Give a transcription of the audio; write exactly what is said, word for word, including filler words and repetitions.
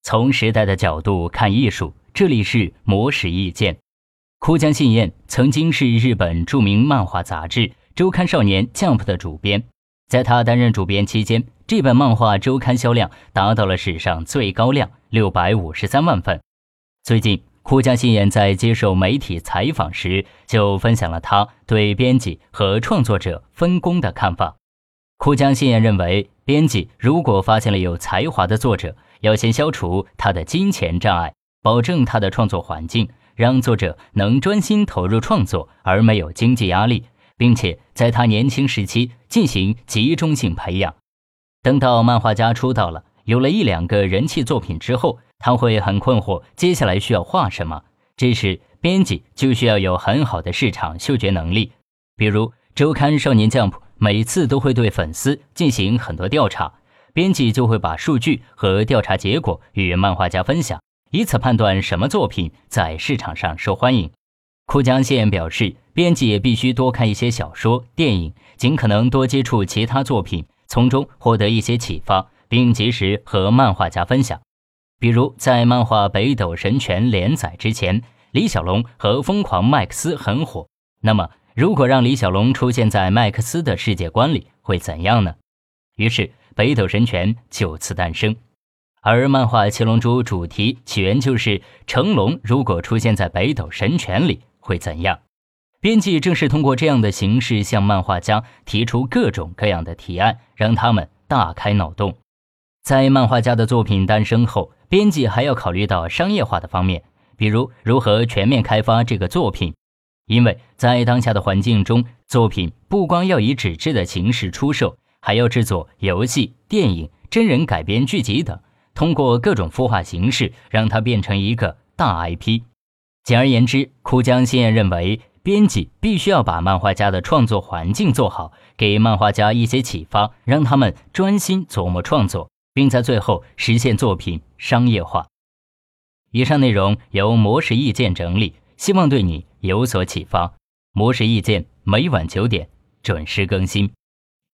从时代的角度看艺术，这里是魔石意见。哭江信彦曾经是日本著名漫画杂志周刊少年 Jump 的主编，在他担任主编期间，这本漫画周刊销量达到了史上最高量六百五十三万份。最近哭江信彦在接受媒体采访时就分享了他对编辑和创作者分工的看法。哭江信彦认为，编辑如果发现了有才华的作者，要先消除他的金钱障碍，保证他的创作环境，让作者能专心投入创作而没有经济压力，并且在他年轻时期进行集中性培养。等到漫画家出道了，有了一两个人气作品之后，他会很困惑接下来需要画什么。这时编辑就需要有很好的市场嗅觉能力，比如周刊少年 Jump 每次都会对粉丝进行很多调查，编辑就会把数据和调查结果与漫画家分享，以此判断什么作品在市场上受欢迎。哭江信彦表示，编辑也必须多看一些小说、电影，尽可能多接触其他作品，从中获得一些启发，并及时和漫画家分享。比如在漫画《北斗神拳》连载之前，李小龙和疯狂麦克斯很火，那么如果让李小龙出现在麦克斯的世界观里会怎样呢？于是北斗神拳就此诞生。而漫画《七龙珠》主题起源就是成龙如果出现在北斗神拳里会怎样。编辑正是通过这样的形式向漫画家提出各种各样的提案，让他们大开脑洞。在漫画家的作品诞生后，编辑还要考虑到商业化的方面，比如如何全面开发这个作品。因为在当下的环境中，作品不光要以纸质的形式出售，还要制作游戏、电影、真人改编剧集等，通过各种孵化形式让它变成一个大 I P。 简而言之，哭江信彦认为，编辑必须要把漫画家的创作环境做好，给漫画家一些启发，让他们专心琢磨创作，并在最后实现作品商业化。以上内容由魔石意见整理，希望对你有所启发。魔石意见每晚九点准时更新。